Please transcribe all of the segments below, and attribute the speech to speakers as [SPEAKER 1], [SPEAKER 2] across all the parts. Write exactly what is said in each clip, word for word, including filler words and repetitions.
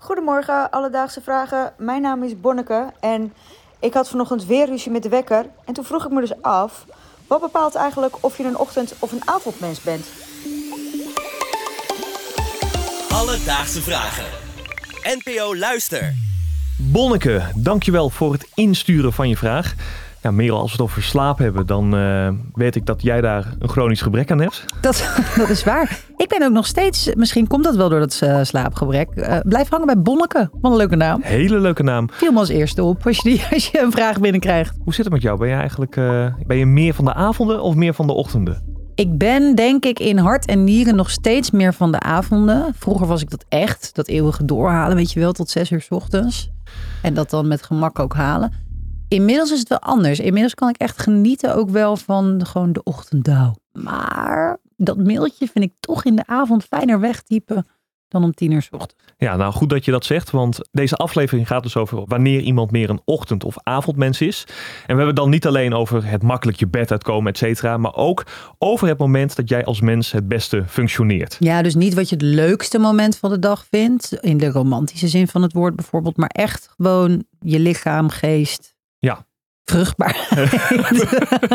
[SPEAKER 1] Goedemorgen, Alledaagse Vragen. Mijn naam is Bonneke en ik had vanochtend weer ruzie met de wekker. En toen vroeg ik me dus af, wat bepaalt eigenlijk of je een ochtend- of een avondmens bent?
[SPEAKER 2] Alledaagse Vragen. N P O Luister.
[SPEAKER 3] Bonneke, dankjewel voor het insturen van je vraag. Ja, Merel, als we het over slaap hebben, dan uh, weet ik dat jij daar een chronisch gebrek aan hebt.
[SPEAKER 4] Dat, dat is waar. Ik ben ook nog steeds, misschien komt dat wel door dat uh, slaapgebrek, uh, blijf hangen bij Bonneke. Wat een leuke naam.
[SPEAKER 3] Hele leuke naam.
[SPEAKER 4] Viel me als eerste op als je, die, als je een vraag binnenkrijgt.
[SPEAKER 3] Hoe zit het met jou? Ben je eigenlijk uh, ben je meer van de avonden of meer van de ochtenden?
[SPEAKER 4] Ik ben denk ik in hart en nieren nog steeds meer van de avonden. Vroeger was ik dat echt, dat eeuwige doorhalen, weet je wel, tot zes uur 's ochtends. En dat dan met gemak ook halen. Inmiddels is het wel anders. Inmiddels kan ik echt genieten ook wel van de, gewoon de ochtenddauw. Maar dat mailtje vind ik toch in de avond fijner wegtypen dan om tien uur 's ochtends.
[SPEAKER 3] Ja, nou goed dat je dat zegt, want deze aflevering gaat dus over wanneer iemand meer een ochtend- of avondmens is. En we hebben het dan niet alleen over het makkelijk je bed uitkomen, et cetera, maar ook over het moment dat jij als mens het beste functioneert.
[SPEAKER 4] Ja, dus niet wat je het leukste moment van de dag vindt, in de romantische zin van het woord bijvoorbeeld, maar echt gewoon je lichaam, geest.
[SPEAKER 3] Ja.
[SPEAKER 4] Vruchtbaarheid.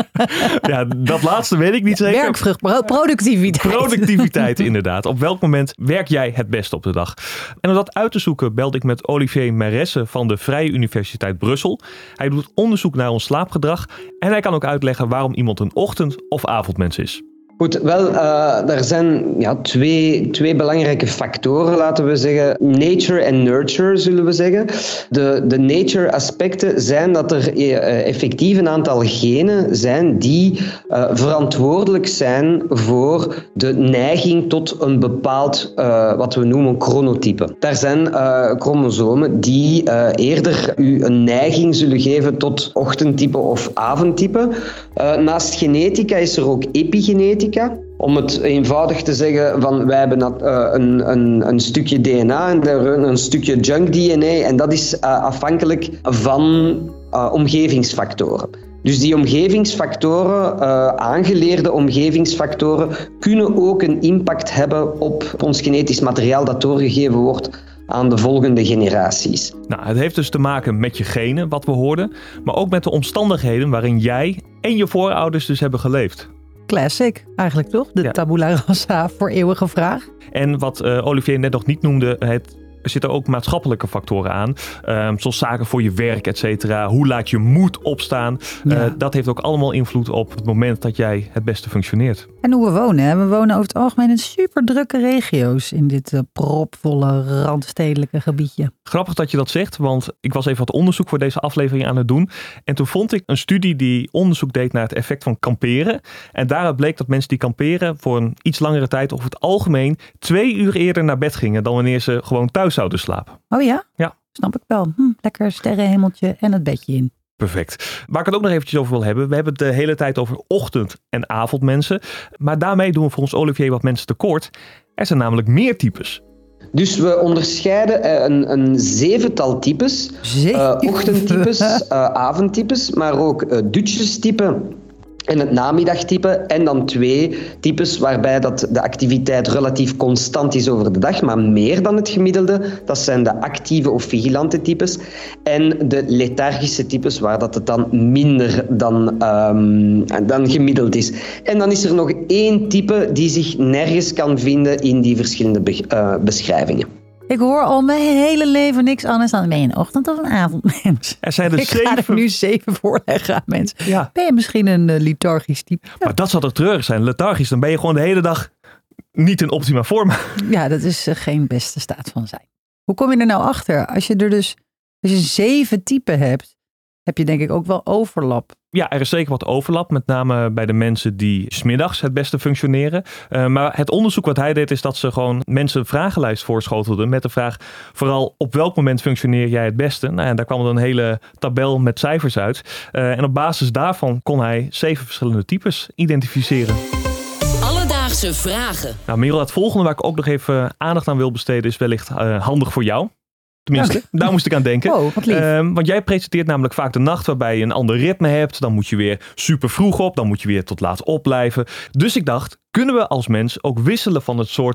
[SPEAKER 3] Ja, dat laatste weet ik niet zeker.
[SPEAKER 4] Werkvruchtbaarheid, productiviteit.
[SPEAKER 3] Productiviteit, inderdaad. Op welk moment werk jij het best op de dag? En om dat uit te zoeken belde ik met Olivier Meresse van de Vrije Universiteit Brussel. Hij doet onderzoek naar ons slaapgedrag en hij kan ook uitleggen waarom iemand een ochtend- of avondmens is.
[SPEAKER 5] Goed, wel, uh, er zijn ja, twee, twee belangrijke factoren, laten we zeggen. Nature en nurture, zullen we zeggen. De, de nature aspecten zijn dat er uh, effectief een aantal genen zijn die uh, verantwoordelijk zijn voor de neiging tot een bepaald, uh, wat we noemen, chronotype. Daar zijn uh, chromosomen die uh, eerder u een neiging zullen geven tot ochtendtype of avondtype. Uh, naast genetica is er ook epigenetica. Om het eenvoudig te zeggen, van wij hebben uh, een, een, een stukje D N A en een, een stukje junk D N A en dat is uh, afhankelijk van uh, omgevingsfactoren. Dus die omgevingsfactoren, uh, aangeleerde omgevingsfactoren, kunnen ook een impact hebben op ons genetisch materiaal dat doorgegeven wordt aan de volgende generaties.
[SPEAKER 3] Nou, het heeft dus te maken met je genen, wat we hoorden, maar ook met de omstandigheden waarin jij en je voorouders dus hebben geleefd.
[SPEAKER 4] Classic, eigenlijk toch? De ja. tabula rasa voor eeuwige vraag.
[SPEAKER 3] En wat uh, Olivier net nog niet noemde, het, er zitten ook maatschappelijke factoren aan. Uh, zoals zaken voor je werk, et cetera. Hoe laat je moed opstaan. Ja. Uh, dat heeft ook allemaal invloed op het moment dat jij het beste functioneert.
[SPEAKER 4] En hoe we wonen. Hè? We wonen over het algemeen in super drukke regio's in dit uh, propvolle, randstedelijke gebiedje.
[SPEAKER 3] Grappig dat je dat zegt, want ik was even wat onderzoek voor deze aflevering aan het doen. En toen vond ik een studie die onderzoek deed naar het effect van kamperen. En daaruit bleek dat mensen die kamperen voor een iets langere tijd over het algemeen twee uur eerder naar bed gingen dan wanneer ze gewoon thuis zouden slapen.
[SPEAKER 4] Oh ja?
[SPEAKER 3] Ja.
[SPEAKER 4] Snap ik wel. Hm, lekker sterrenhemeltje en het bedje in.
[SPEAKER 3] Perfect. Waar ik het ook nog eventjes over wil hebben. We hebben het de hele tijd over ochtend- en avondmensen. Maar daarmee doen we voor ons Olivier wat mensen tekort. Er zijn namelijk meer types.
[SPEAKER 5] Dus we onderscheiden een, een zevental types. Uh, ochtendtypes, uh, avondtypes, maar ook uh, dutjestypen en het namiddagtype. En dan twee types waarbij dat de activiteit relatief constant is over de dag, maar meer dan het gemiddelde. Dat zijn de actieve of vigilante types. En de lethargische types, waar dat het dan minder dan, um, dan gemiddeld is. En dan is er nog één type die zich nergens kan vinden in die verschillende be- uh, beschrijvingen.
[SPEAKER 4] Ik hoor al mijn hele leven niks anders dan, ben je een ochtend- of een avondmens?
[SPEAKER 3] Er zijn er
[SPEAKER 4] ik
[SPEAKER 3] zeven...
[SPEAKER 4] ga er nu zeven voorleggen aan mensen.
[SPEAKER 3] Ja.
[SPEAKER 4] Ben je misschien een uh, lethargisch type? Ja.
[SPEAKER 3] Maar dat zal toch treurig zijn, lethargisch. Dan ben je gewoon de hele dag niet in optima forma.
[SPEAKER 4] Ja, dat is uh, geen beste staat van zijn. Hoe kom je er nou achter? Als je er dus als je zeven typen hebt, heb je denk ik ook wel overlap.
[SPEAKER 3] Ja, er is zeker wat overlap, met name bij de mensen die 's middags het beste functioneren. Uh, maar het onderzoek wat hij deed is dat ze gewoon mensen een vragenlijst voorschotelden met de vraag vooral op welk moment functioneer jij het beste? Nou, en daar kwam er een hele tabel met cijfers uit. Uh, en op basis daarvan kon hij zeven verschillende types identificeren.
[SPEAKER 2] Alledaagse Vragen.
[SPEAKER 3] Nou, Merel, het volgende waar ik ook nog even aandacht aan wil besteden is wellicht uh, handig voor jou. Tenminste, okay. Daar moest ik aan denken.
[SPEAKER 4] Oh, wat lief.
[SPEAKER 3] Uh, want jij presenteert namelijk vaak de nacht waarbij je een ander ritme hebt. Dan moet je weer super vroeg op. Dan moet je weer tot laat opblijven. Dus ik dacht, kunnen we als mens ook wisselen van het soort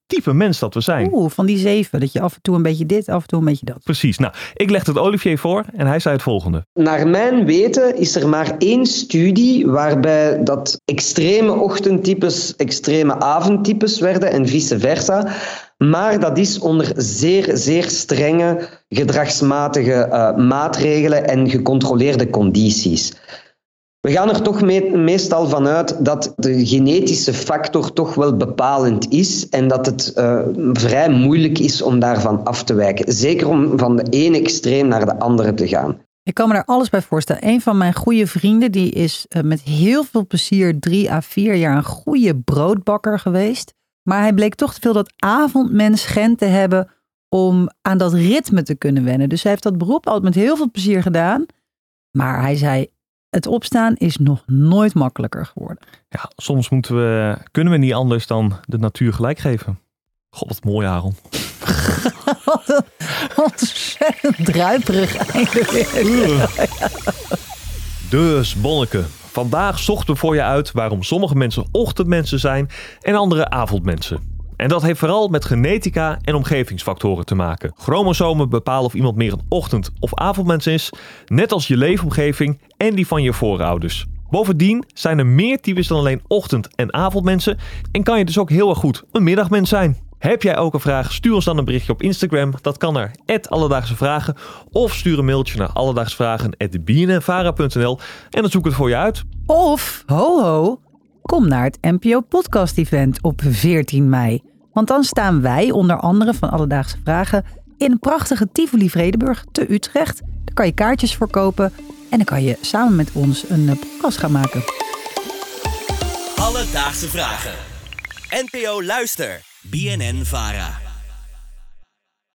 [SPEAKER 3] type mens dat we zijn.
[SPEAKER 4] Oeh, van die zeven. Dat je af en toe een beetje dit, af en toe een beetje dat.
[SPEAKER 3] Precies. Nou, ik legde het Olivier voor en hij zei het volgende.
[SPEAKER 5] Naar mijn weten is er maar één studie waarbij dat extreme ochtendtypes extreme avondtypes werden en vice versa. Maar dat is onder zeer, zeer strenge gedragsmatige uh, maatregelen en gecontroleerde condities. We gaan er toch me- meestal vanuit dat de genetische factor toch wel bepalend is en dat het uh, vrij moeilijk is om daarvan af te wijken. Zeker om van de ene extreem naar de andere te gaan.
[SPEAKER 4] Ik kan me daar alles bij voorstellen. Een van mijn goede vrienden die is uh, met heel veel plezier drie à vier jaar een goede broodbakker geweest. Maar hij bleek toch te veel dat avondmens gen te hebben om aan dat ritme te kunnen wennen. Dus hij heeft dat beroep altijd met heel veel plezier gedaan. Maar hij zei, het opstaan is nog nooit makkelijker geworden.
[SPEAKER 3] Ja, soms moeten we, kunnen we niet anders dan de natuur gelijk geven. God, wat mooi, Aaron.
[SPEAKER 4] Wat een ontzettend druiperig einde weer.
[SPEAKER 3] Dus, Bonneke. Vandaag zochten we voor je uit waarom sommige mensen ochtendmensen zijn en andere avondmensen. En dat heeft vooral met genetica en omgevingsfactoren te maken. Chromosomen bepalen of iemand meer een ochtend- of avondmens is, net als je leefomgeving en die van je voorouders. Bovendien zijn er meer types dan alleen ochtend- en avondmensen en kan je dus ook heel erg goed een middagmens zijn. Heb jij ook een vraag? Stuur ons dan een berichtje op Instagram. Dat kan naar at Alledaagse Vragen. Of stuur een mailtje naar alledaagsvragen at b n n vara punt n l en dan zoek ik het voor je uit.
[SPEAKER 4] Of, ho ho, kom naar het N P O Podcast Event op veertien mei. Want dan staan wij onder andere van Alledaagse Vragen in een prachtige Tivoli Vredenburg te Utrecht. Daar kan je kaartjes voor kopen en dan kan je samen met ons een podcast gaan maken.
[SPEAKER 2] Alledaagse Vragen. N P O Luister. B N N Vara.